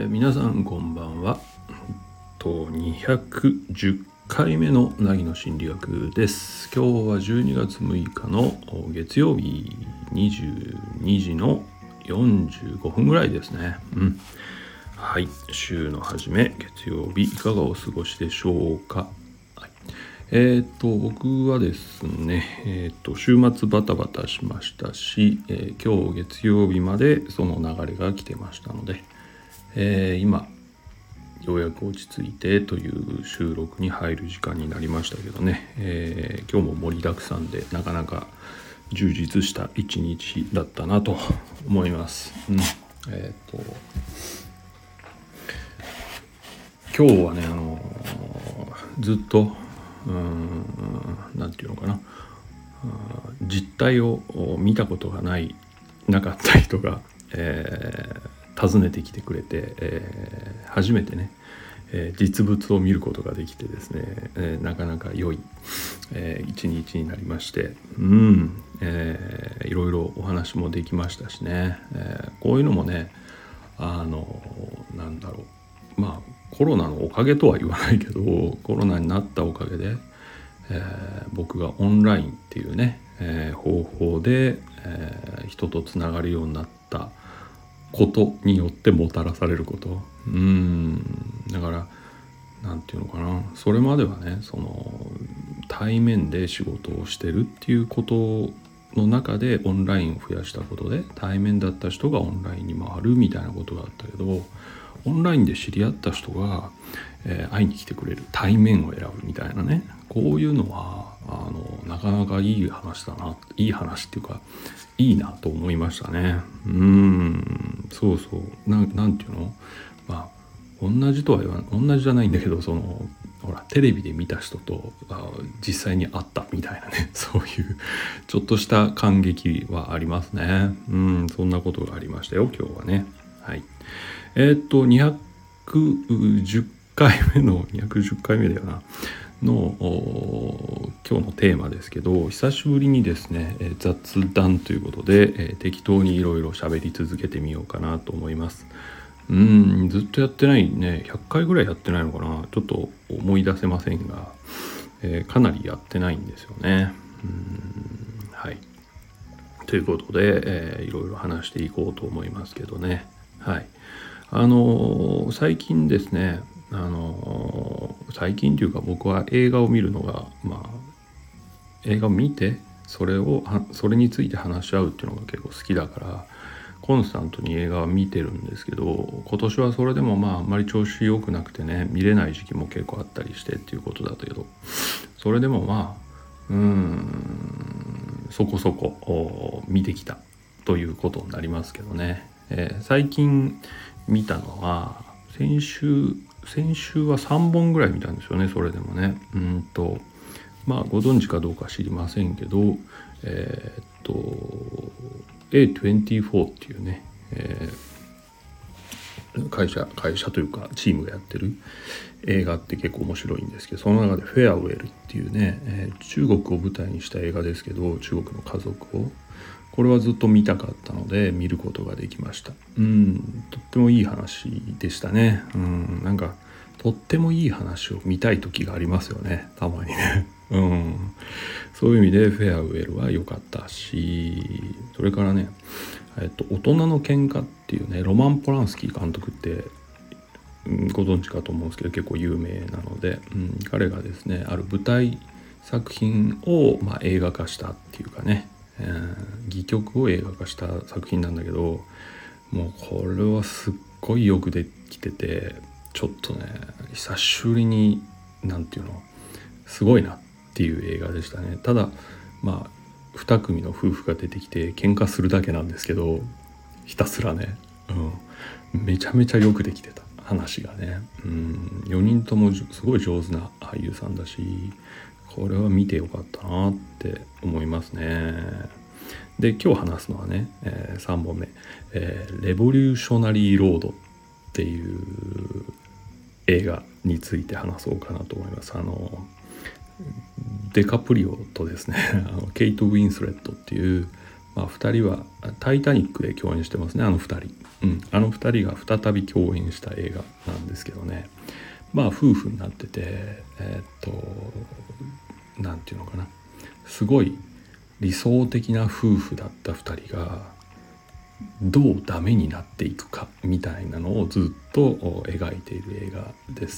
皆さんこんばんは。210回目の凪の心理学です。今日は12月6日の月曜日22時の45分ぐらいですね。はい、週の初め月曜日いかがお過ごしでしょうか。僕はですね、週末バタバタしましたし、今日月曜日までその流れが来てましたので、今ようやく落ち着いてという収録に入る時間になりましたけどね、今日も盛りだくさんでなかなか充実した一日だったなと思います。今日はねずっとなんていうのかな、実態を見たことがなかった人が、訪ねてきてくれて、初めてね、実物を見ることができてですね、なかなか良い、一日になりまして、いろいろお話もできましたしね、こういうのもねなんだろう、コロナのおかげとは言わないけど、コロナになったおかげで、僕がオンラインっていうね、方法で、人とつながるようになったことによってもたらされること、だからなんていうのかな、それまではね、その対面で仕事をしてるっていうことの中でオンラインを増やしたことで対面だった人がオンラインに回るみたいなことがあったけど、オンラインで知り合った人が、会いに来てくれる、対面を選ぶみたいなね、こういうのはなかなかいい話だな、いい話っていうかいいなと思いましたね。そうなんていうの、同じとは言わない、同じじゃないんだけど、そのほらテレビで見た人と実際に会ったみたいなね、そういうちょっとした感激はありますね。そんなことがありましたよ今日はね。はい。210回目の210回目だよなの今日のテーマですけど、久しぶりにですね、雑談ということで、適当にいろいろ喋り続けてみようかなと思います。ずっとやってないね、100回ぐらいやってないのかな、ちょっと思い出せませんが、かなりやってないんですよね。はい、ということで、いろいろ話していこうと思いますけどね。はい、最近ですね、最近というか僕は映画を見るのが、映画を見てそれについて話し合うっていうのが結構好きだから、コンスタントに映画は見てるんですけど、今年はそれでもあんまり調子良くなくてね、見れない時期も結構あったりしてっていうことだけど、それでもそこそこ見てきたということになりますけどね。最近見たのは先週は3本ぐらい見たんですよね。それでもね、ご存知かどうか知りませんけど、A24 っていうね、会社というかチームがやってる映画って結構面白いんですけど、その中でフェアウェルっていうね、中国を舞台にした映画ですけど、中国の家族を、これはずっと見たかったので見ることができました。とってもいい話でしたね。なんかとってもいい話を見たい時がありますよね、たまにね。そういう意味でフェアウェルは良かったし、それからね、大人の喧嘩っていうね、ロマン・ポランスキー監督って、ご存知かと思うんですけど結構有名なので、彼がですね、ある舞台作品を映画化したっていうかね、戯曲を映画化した作品なんだけど、もうこれはすっごいよくできてて、ちょっとね久しぶりになんていうの、すごいなっていう映画でしたね。ただ2組の夫婦が出てきて喧嘩するだけなんですけど、ひたすらね、めちゃめちゃよくできてた話がね、4人ともすごい上手な俳優さんだし、これは見てよかったなって思いますね。で今日話すのはね、3本目、レボリューショナリーロードっていう映画について話そうかなと思います。デカプリオとですねケイト・ウィンスレットっていう、 2人はタイタニックで共演してますね、あの2人。あの2人が再び共演した映画なんですけどね、夫婦になってて、なんていうのかな、すごい理想的な夫婦だった2人がどうダメになっていくかみたいなのをずっと描いている映画です。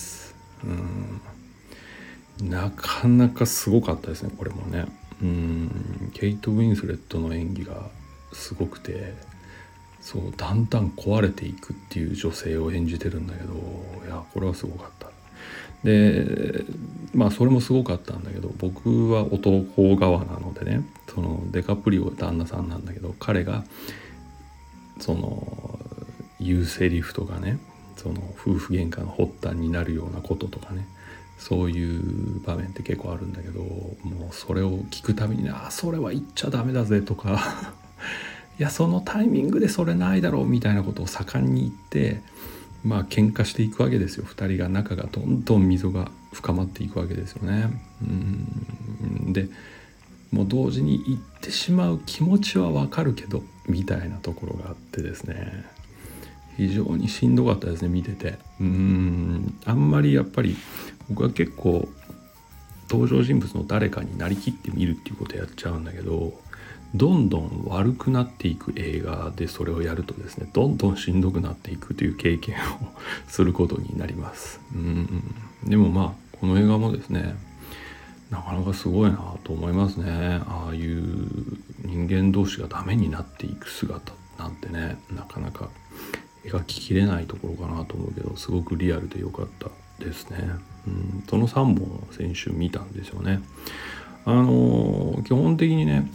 なかなかすごかったですね、これもね。ケイト・ウィンスレットの演技がすごくて、そうだんだん壊れていくっていう女性を演じてるんだけど、いやこれはすごかった。でそれもすごかったんだけど、僕は男側なのでね、そのデカプリオ旦那さんなんだけど、彼がその言うセリフとかね、その夫婦喧嘩の発端になるようなこととかね、そういう場面って結構あるんだけど、もうそれを聞くたびにそれは言っちゃダメだぜとかいやそのタイミングでそれないだろうみたいなことを盛んに言って喧嘩していくわけですよ。2人が仲がどんどん溝が深まっていくわけですよね。でもう同時に言ってしまう気持ちはわかるけどみたいなところがあってですね、非常にしんどかったですね、見てて。あんまりやっぱり僕は結構登場人物の誰かになりきって見るっていうことやっちゃうんだけど、どんどん悪くなっていく映画でそれをやるとですね、どんどんしんどくなっていくという経験をすることになります。でもこの映画もですね、なかなかすごいなと思いますね。ああいう人間同士がダメになっていく姿なんてね、なかなか描ききれないところかなと思うけど、すごくリアルで良かったですね。その3本を先週見たんですよね。基本的にね、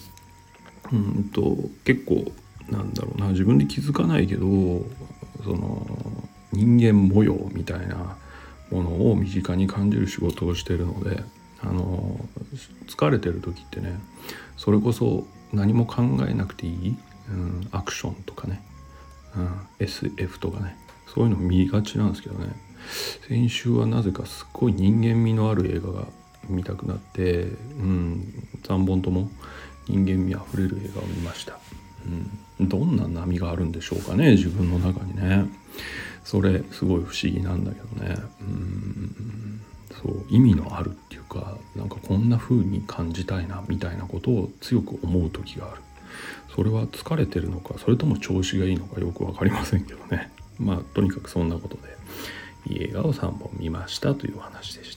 結構自分で気づかないけど、その人間模様みたいなものを身近に感じる仕事をしているので、疲れてる時ってね、それこそ何も考えなくていい、アクションとかね、SF とかね、そういうの見がちなんですけどね、先週はなぜかすっごい人間味のある映画が見たくなって、3本とも人間味あふれる映画を見ました。どんな波があるんでしょうかね、自分の中にね。それすごい不思議なんだけどね。そう意味のあるっていうか、なんかこんな風に感じたいなみたいなことを強く思う時がある。それは疲れてるのか、それとも調子がいいのかよく分かりませんけどね。とにかくそんなことでいい映画を3本見ましたという話でした。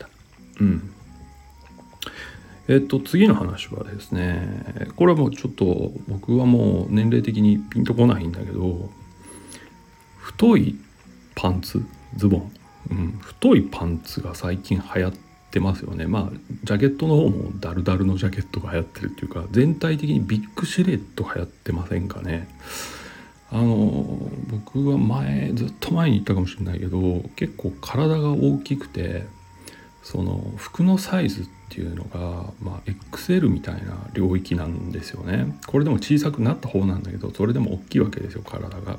次の話はですね、これはもうちょっと僕はもう年齢的にピンとこないんだけど、太いパンツ、ズボン、太いパンツが最近流行ってますよね。ジャケットの方もダルダルのジャケットが流行ってるっていうか、全体的にビッグシルエット流行ってませんかね。僕はずっと前に言ったかもしれないけど、結構体が大きくて、その服のサイズっていうのが、XL みたいな領域なんですよね。これでも小さくなった方なんだけど、それでも大きいわけですよ、体が。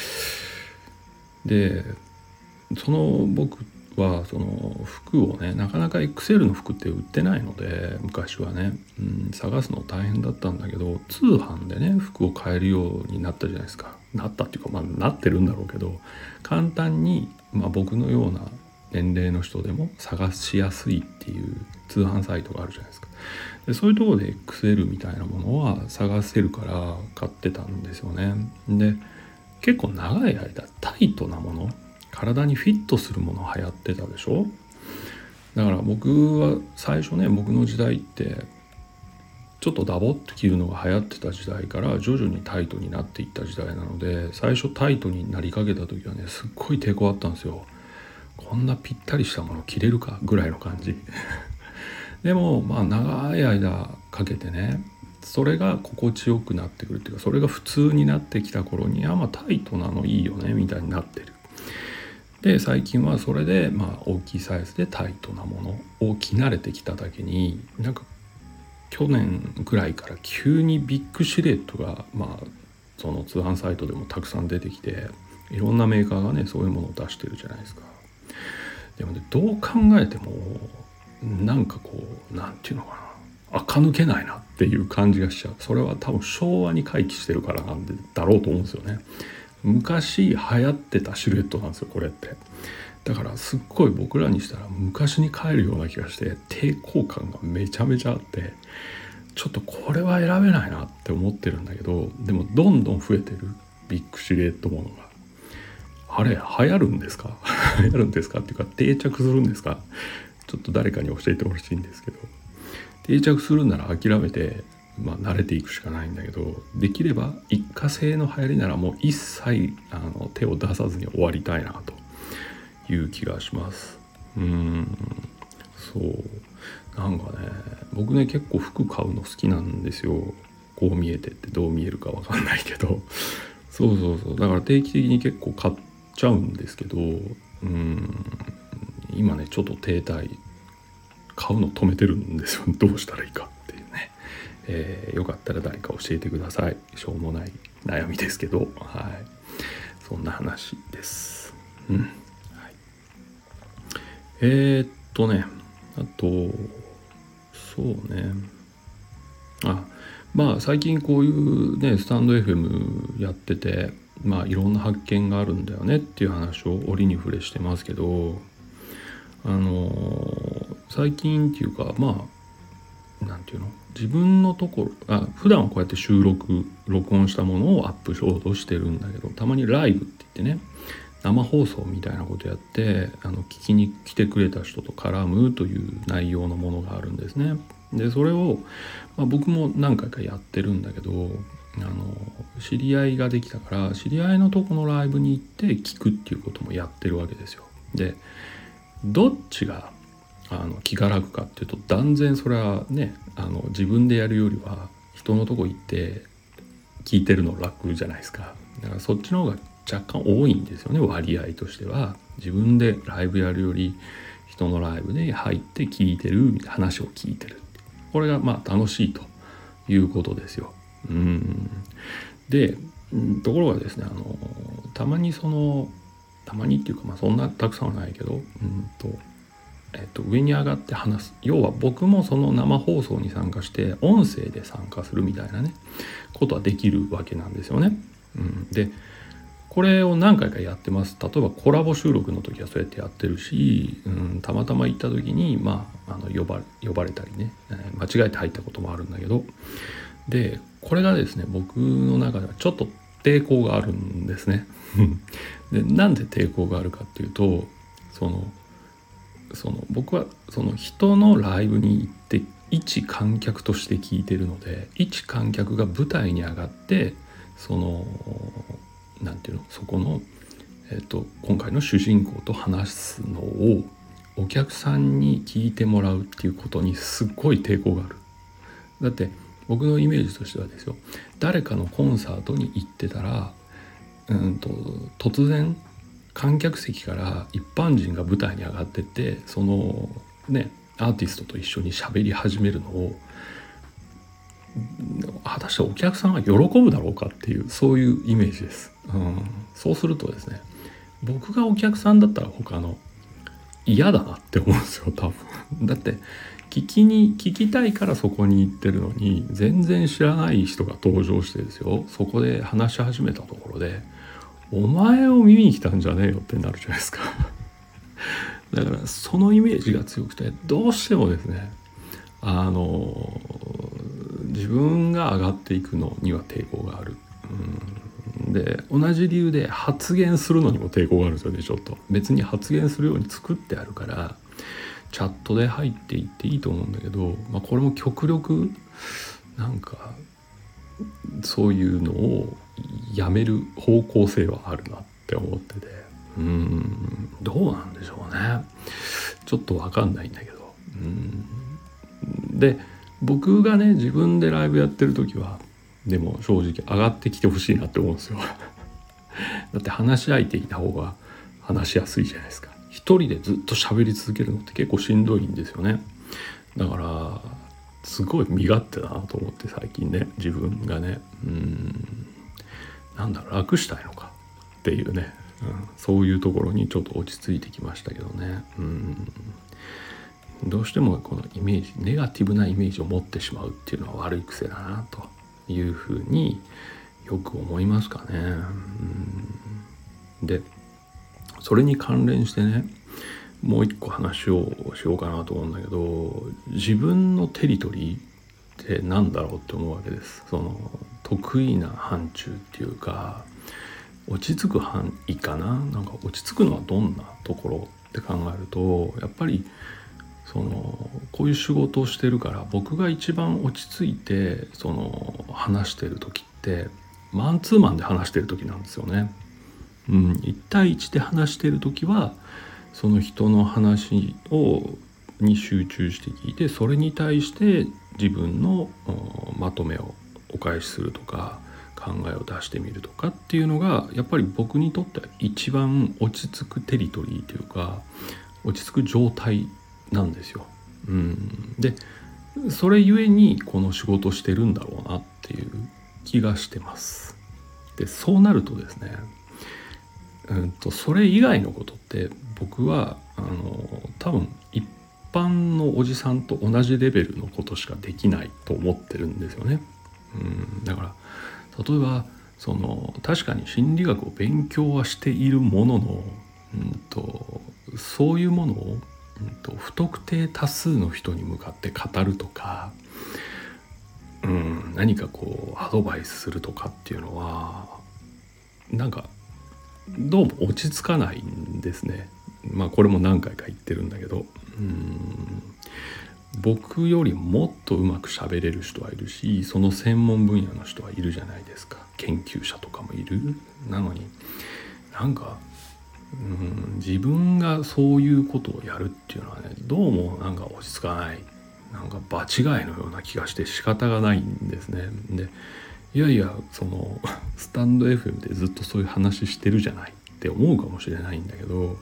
で僕はその服をね、なかなか XL の服って売ってないので、昔はね、探すの大変だったんだけど、通販でね服を買えるようになったじゃないですか。なったっていうか、なってるんだろうけど、簡単に、僕のような年齢の人でも探しやすいっていう通販サイトがあるじゃないですか。でそういうところで XL みたいなものは探せるから買ってたんですよね。で結構長い間タイトなもの、体にフィットするもの流行ってたでしょ。だから僕は最初ね、僕の時代ってちょっとダボっと着るのが流行ってた時代から徐々にタイトになっていった時代なので、最初タイトになりかけた時はね、すっごい抵抗あったんですよ。こんなぴったりしたもの着れるかぐらいの感じでも長い間かけてね、それが心地よくなってくるっていうか、それが普通になってきた頃にタイトなのいいよねみたいになってる。で最近はそれで大きいサイズでタイトなものを着慣れてきただけに、なんか去年ぐらいから急にビッグシルエットがその通販サイトでもたくさん出てきて、いろんなメーカーがねそういうものを出してるじゃないですか。でもね、どう考えてもなんかこう、なんていうのか垢抜けないなっていう感じがしちゃう。それは多分昭和に回帰してるからなんだろうと思うんですよね。昔流行ってたシルエットなんですよこれって。だからすっごい僕らにしたら昔に帰るような気がして抵抗感がめちゃめちゃあって、ちょっとこれは選べないなって思ってるんだけど、でもどんどん増えてるビッグシルエットものが、あれ流行るんですか流行るんですかっていうか定着するんですか、ちょっと誰かに教えてほしいんですけど。定着するなら諦めて慣れていくしかないんだけど、できれば一過性の流行りならもう一切手を出さずに終わりたいなという気がします。そうなんかね、僕ね結構服買うの好きなんですよ。こう見えてってどう見えるかわかんないけどそうだから定期的に結構買っちゃうんですけど、今ねちょっと停滞、買うの止めてるんですよ。どうしたらいいかっていうね、よかったら誰か教えてください。しょうもない悩みですけど、はい、そんな話です。はい、あとそうね、最近こういうねスタンド FM やってていろんな発見があるんだよねっていう話を折に触れしてますけど、最近っていうかなんていうの、自分のところ普段はこうやって録音したものをアップショートしてるんだけど、たまにライブって言ってね生放送みたいなことやって聞きに来てくれた人と絡むという内容のものがあるんですね。でそれを、僕も何回かやってるんだけど、知り合いができたから知り合いのとこのライブに行って聞くっていうこともやってるわけですよ。でどっちが気が楽かっていうと、断然それはね自分でやるよりは人のとこ行って聞いてるの楽じゃないですか。だからそっちの方が若干多いんですよね、割合としては。自分でライブやるより人のライブで入って聞いてるみたいな、話を聞いてる、これが楽しいということですよ。でところがですね、たまにっていうかそんなたくさんはないけど上に上がって話す、要は僕もその生放送に参加して音声で参加するみたいなねことはできるわけなんですよね。でこれを何回かやってます。例えばコラボ収録の時はそうやってやってるし、たまたま行った時に呼ばれたりね、間違えて入ったこともあるんだけど、でこれがですね僕の中ではちょっと抵抗があるんですね。でなんで抵抗があるかっていうと、僕はその人のライブに行って一観客として聞いてるので、一観客が舞台に上がってなんていうの、そこの、今回の主人公と話すのをお客さんに聞いてもらうっていうことにすっごい抵抗がある。だって僕のイメージとしてはですよ、誰かのコンサートに行ってたら突然観客席から一般人が舞台に上がってってそのねアーティストと一緒に喋り始めるのを果たしてお客さんが喜ぶだろうかっていう、そういうイメージです。そうするとですね、僕がお客さんだったら他の嫌だなって思うんですよ多分。だって聞きたいからそこに行ってるのに、全然知らない人が登場してですよ、そこで話し始めたところでお前を見に来たんじゃねえよってなるじゃないですか。だからそのイメージが強くて、どうしてもですね自分が上がっていくのには抵抗がある。で同じ理由で発言するのにも抵抗があるんですよね。ちょっと別に発言するように作ってあるからチャットで入っていっていいと思うんだけど、これも極力なんかそういうのをやめる方向性はあるなって思ってて、どうなんでしょうね。ちょっと分かんないんだけど、で僕がね自分でライブやってる時はでも正直上がってきてほしいなって思うんですよ。だって話し相手いた方が話しやすいじゃないですか。一人でずっと喋り続けるのって結構しんどいんですよね。だからすごい身勝手だなと思って最近ね、自分がね楽したいのかっていうね、そういうところにちょっと落ち着いてきましたけどね。 どうしてもこのイメージ、ネガティブなイメージを持ってしまうっていうのは悪い癖だなというふうによく思いますかね。でそれに関連してね、もう一個話をしようかなと思うんだけど、自分のテリトリーってなんだろうって思うわけです。その得意な範疇っていうか、落ち着く範囲かな。なんか落ち着くのはどんなところって考えると、やっぱりそのこういう仕事をしてるから、僕が一番落ち着いてその話してる時ってマンツーマンで話してる時なんですよね。1対1で話してる時はその人の話に集中して聞いて、それに対して自分のまとめをお返しするとか考えを出してみるとかっていうのが、やっぱり僕にとっては一番落ち着くテリトリーというか落ち着く状態なんですよ。でそれゆえにこの仕事してるんだろうなっていう気がしてます。でそうなるとですね、それ以外のことって僕は多分一般のおじさんと同じレベルのことしかできないと思ってるんですよね。だから例えば確かに心理学を勉強はしているものの、そういうものを、不特定多数の人に向かって語るとか、何かこうアドバイスするとかっていうのはなんかどうも落ち着かないんですね。これも何回か言ってるんだけど、僕よりもっとうまく喋れる人はいるし、その専門分野の人はいるじゃないですか。研究者とかもいる。なのになんか自分がそういうことをやるっていうのはね、どうもなんか落ち着かない、なんか場違いのような気がして仕方がないんですね。でいやいやスタンド FM でずっとそういう話してるじゃないって思うかもしれないんだけど、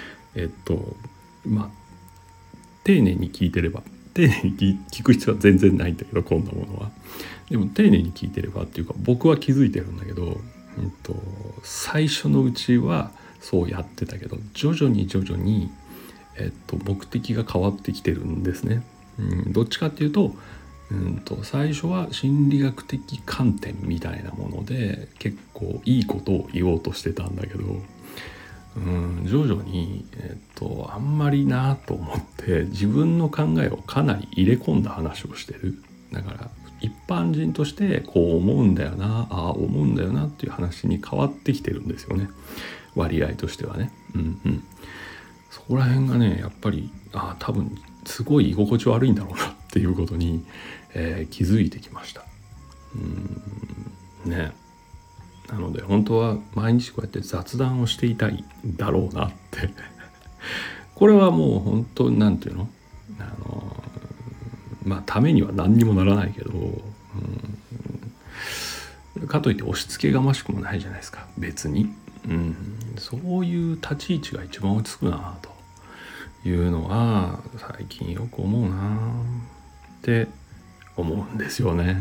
丁寧に聞いてれば、丁寧に聞く必要は全然ないんだけど、こんなものはでも丁寧に聞いてればっていうか、僕は気づいてるんだけど、最初のうちはそうやってたけど、徐々に、目的が変わってきてるんですね。どっちかっていうと、最初は心理学的観点みたいなもので結構いいことを言おうとしてたんだけど、徐々に、あんまりなと思って自分の考えをかなり入れ込んだ話をしてる。だから一般人としてこう思うんだよな、思うんだよなっていう話に変わってきてるんですよね、割合としてはね。そこら辺がね、やっぱり多分すごい居心地悪いんだろうなっていうことに、気づいてきました。なので本当は毎日こうやって雑談をしていたいんだろうなってこれはもう本当なんていうの、ためには何にもならないけど、かといって押し付けがましくもないじゃないですか、別に。そういう立ち位置が一番落ち着くなというのは最近よく思うなって思うんですよね。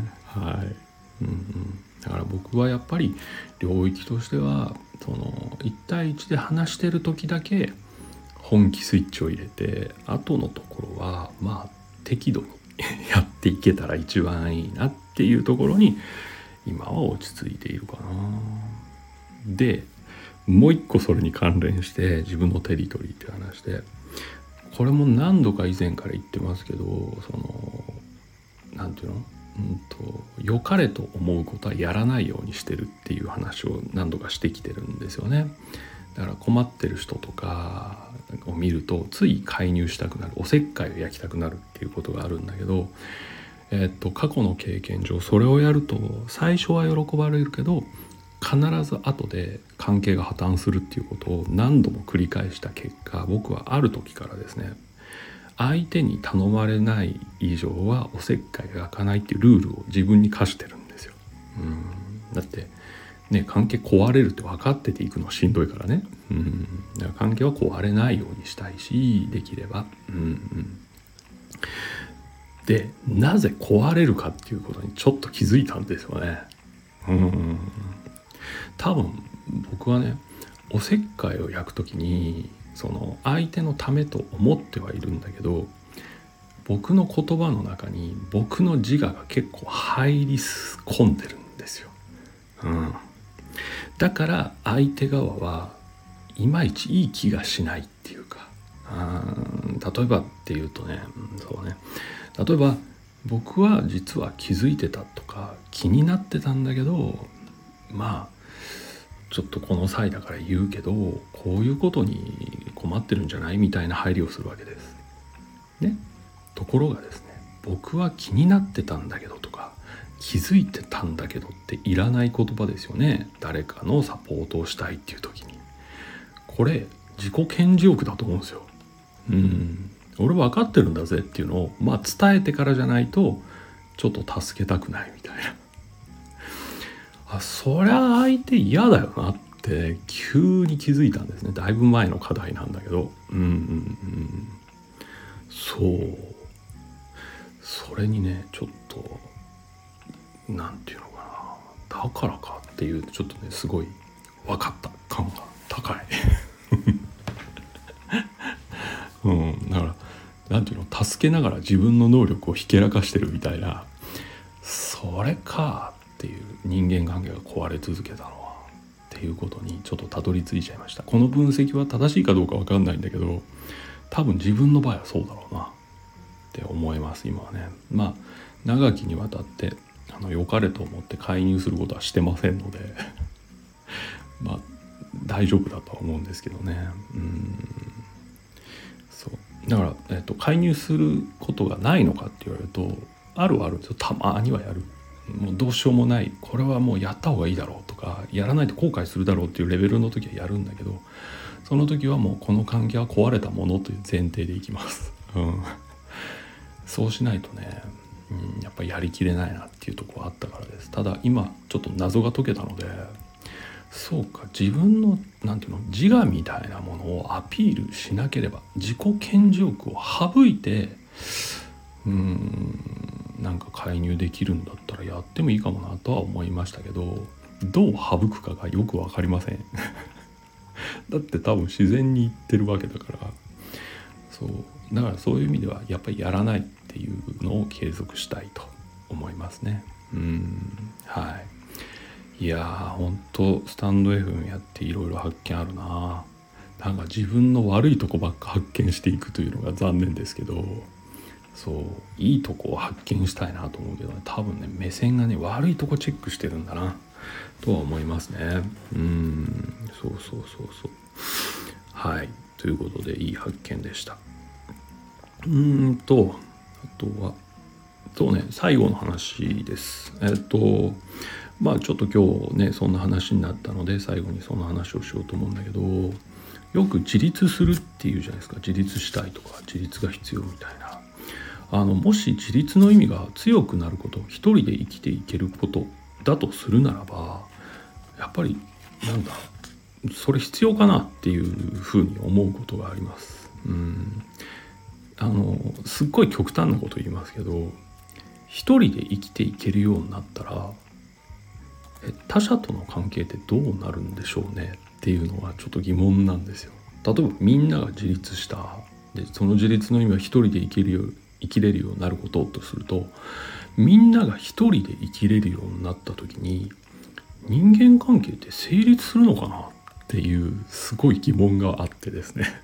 だから僕はやっぱり領域としては1対1で話してる時だけ本気スイッチを入れて、後のところは適度にやっていけたら一番いいなっていうところに今は落ち着いているかな。でもう一個それに関連して自分のテリトリーって話で、これも何度か以前から言ってますけど、なんていうの、良かれと思うことはやらないようにしてるっていう話を何度かしてきてるんですよね。だから困ってる人とかを見るとつい介入したくなる、おせっかいを焼きたくなるっていうことがあるんだけど、過去の経験上それをやると最初は喜ばれるけど必ず後で関係が破綻するっていうことを何度も繰り返した結果、僕はある時からですね、相手に頼まれない以上はおせっかいが開かないっていうルールを自分に課してるんですよ。だってね、関係壊れるって分かってていくのしんどいからね。だから関係は壊れないようにしたいし、できれば。でなぜ壊れるかっていうことにちょっと気づいたんですよね。多分僕はね、おせっかいを焼くときに相手のためと思ってはいるんだけど、 僕の言葉の中に僕の自我が結構入り込んでるんですよ。だから相手側はいまいちいい気がしないっていうか、例えばっていうとね、そうね、例えば僕は実は気づいてたとか気になってたんだけど、まあちょっとこの際だから言うけど、こういうことに困ってるんじゃないみたいな配慮をするわけですね。ところがですね、僕は気になってたんだけどとか気づいてたんだけどっていらない言葉ですよね。誰かのサポートをしたいっていう時に。これ自己顕示欲だと思うんですよ。俺分かってるんだぜっていうのを伝えてからじゃないとちょっと助けたくないみたいな。そりゃ相手嫌だよなって急に気づいたんですね。だいぶ前の課題なんだけど、そうそれにね、ちょっとなんていうのかな、だからかっていうちょっとね、すごい分かった感が高いだからなんていうの、助けながら自分の能力をひけらかしてるみたいな、それかっていう、人間関係が壊れ続けたのはっていうことにちょっとたどり着いちゃいました。この分析は正しいかどうか分かんないんだけど、多分自分の場合はそうだろうなって思います今はね。長きにわたって良かれと思って介入することはしてませんので大丈夫だとは思うんですけどね。そうだから、介入することがないのかって言われると、あるんですよ。たまにはやる。もうどうしようもない、これはもうやった方がいいだろうとか、やらないと後悔するだろうっていうレベルの時はやるんだけど、その時はもうこの関係は壊れたものという前提でいきます。そうしないとね、やっぱりやりきれないなっていうところがあったからです。ただ今ちょっと謎が解けたので、そうか、自分のなんていうの、自我みたいなものをアピールしなければ、自己顕示欲を省いてなんか介入できるんだったらやってもいいかもなとは思いましたけど、どう省くかがよく分かりませんだって多分自然に言ってるわけだから。だからそういう意味ではやっぱりやらないっていうのを継続したいと思いますね。いやー、ほんとスタンド FM やっていろいろ発見あるな。なんか自分の悪いとこばっか発見していくというのが残念ですけど、いいとこを発見したいなと思うけどね、多分ね、目線がね、悪いとこチェックしてるんだなとは思いますね。そうはい、ということでいい発見でした。あとはそうね、最後の話です。ちょっと今日ねそんな話になったので最後にその話をしようと思うんだけど、よく自立するっていうじゃないですか。自立したいとか自立が必要みたいな。もし自立の意味が強くなること、一人で生きていけることだとするならば、やっぱりそれ必要かなっていうふうに思うことがあります。すっごい極端なこと言いますけど、一人で生きていけるようになったら他者との関係ってどうなるんでしょうねっていうのはちょっと疑問なんですよ。例えばみんなが自立したで、その自立の意味は一人で生きれるようになることとすると、みんなが一人で生きれるようになった時に人間関係って成立するのかなっていうすごい疑問があってですね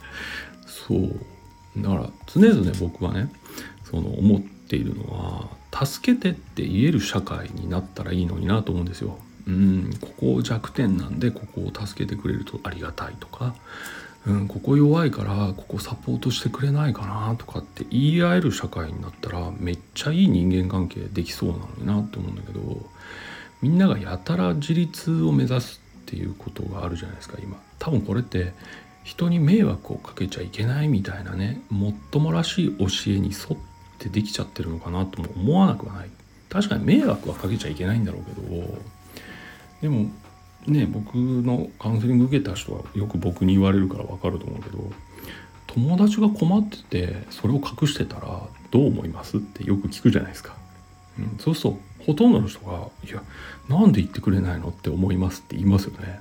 だから常々僕はね、思っているのは、助けてって言える社会になったらいいのになと思うんですよ。ここ弱点なんでここを助けてくれるとありがたいとか、ここ弱いからここサポートしてくれないかなとかって言い合える社会になったらめっちゃいい人間関係できそうなのになと思うんだけど、みんながやたら自立を目指すっていうことがあるじゃないですか今。多分これって人に迷惑をかけちゃいけないみたいなね、もっともらしい教えに沿ってできちゃってるのかなとも思わなくはない。確かに迷惑はかけちゃいけないんだろうけど、でもね、僕のカウンセリング受けた人はよく僕に言われるから分かると思うけど、友達が困っててそれを隠してたらどう思いますってよく聞くじゃないですか。そうするとほとんどの人がいやなんで言ってくれないのって思いますって言いますよね。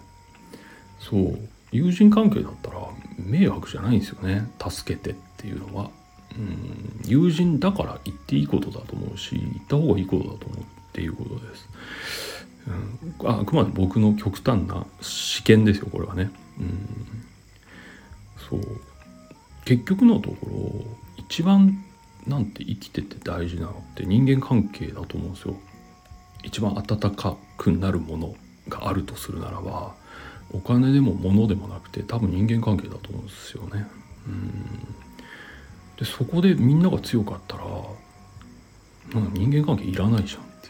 友人関係だったら迷惑じゃないんですよね、助けてっていうのは。 友人だから言っていいことだと思うし、言った方がいいことだと思うっていうことです。あくまで僕の極端な試験ですよこれはね。そう結局のところ一番なんて生きてて大事なのって人間関係だと思うんですよ。一番温かくなるものがあるとするならば、お金でも物でもなくて多分人間関係だと思うんですよね。でそこでみんなが強かったら人間関係いらないじゃんっていう、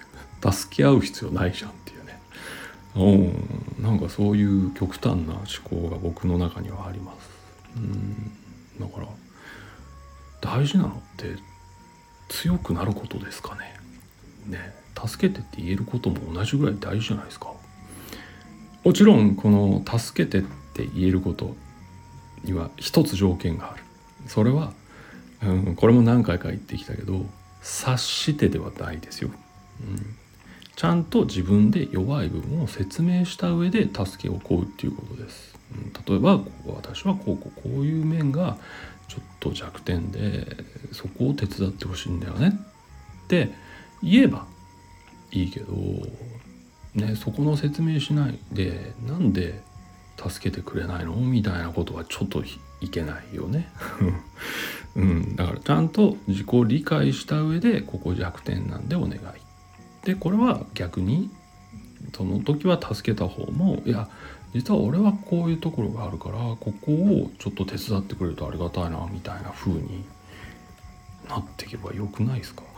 助け合う必要ないじゃんっていうね。なんかそういう極端な思考が僕の中にはあります。だから大事なのって強くなることですかね。助けてって言えることも同じぐらい大事じゃないですか。もちろんこの助けてって言えることには一つ条件がある。それは、これも何回か言ってきたけど、察してではないですよ。ちゃんと自分で弱い部分を説明した上で助けを請うっていうことです。例えば私はこういう面がちょっと弱点でそこを手伝ってほしいんだよねって言えばいいけどそこの説明しないでなんで助けてくれないのみたいなことはちょっといけないよね。だからちゃんと自己理解した上でここ弱点なんでお願いで、これは逆にその時は助けた方もいや実は俺はこういうところがあるからここをちょっと手伝ってくれるとありがたいなみたいな風になっていけばよくないですか。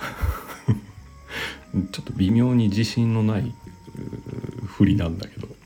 ちょっと微妙に自信のない振りなんだけど、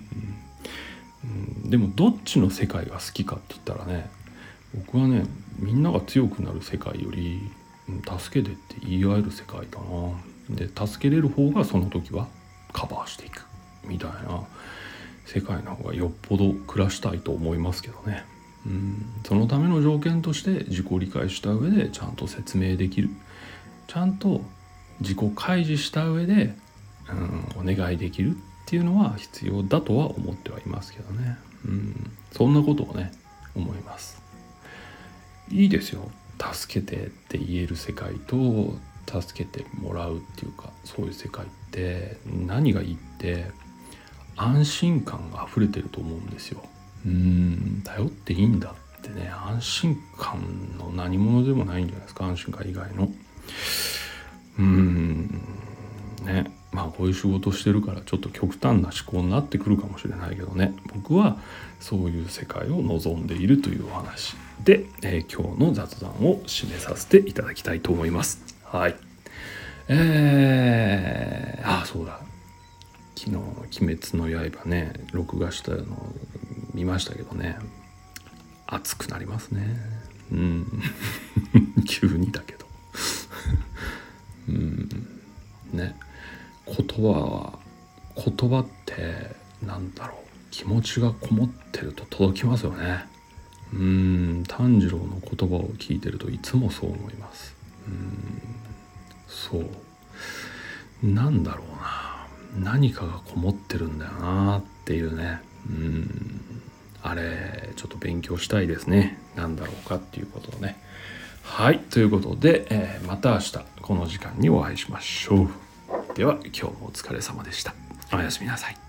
でもどっちの世界が好きかって言ったらね、僕はねみんなが強くなる世界より助けてって言い合える世界だな。で助けれる方がその時はカバーしていくみたいな世界の方がよっぽど暮らしたいと思いますけどね。そのための条件として自己理解した上でちゃんと説明できる、ちゃんと自己開示した上で、お願いできるっていうのは必要だとは思ってはいますけどね。そんなことをね思います。いいですよ、助けてって言える世界と助けてもらうっていうか、そういう世界って何がいいって安心感が溢れてると思うんですよ。頼っていいんだってね、安心感の何者でもないんじゃないですか、安心感以外の。こういう仕事してるからちょっと極端な思考になってくるかもしれないけどね、僕はそういう世界を望んでいるというお話で、今日の雑談を締めさせていただきたいと思います。はい。そうだ、昨日「鬼滅の刃」ね録画したの見ましたけどね、熱くなりますね。急にだけど言葉ってなんだろう、気持ちがこもってると届きますよね。炭治郎の言葉を聞いてるといつもそう思います。なんだろうな、何かがこもってるんだよなっていうね。あれちょっと勉強したいですね、なんだろうかっていうことをね。はい、ということで、また明日この時間にお会いしましょう。では今日もお疲れ様でした。おやすみなさい。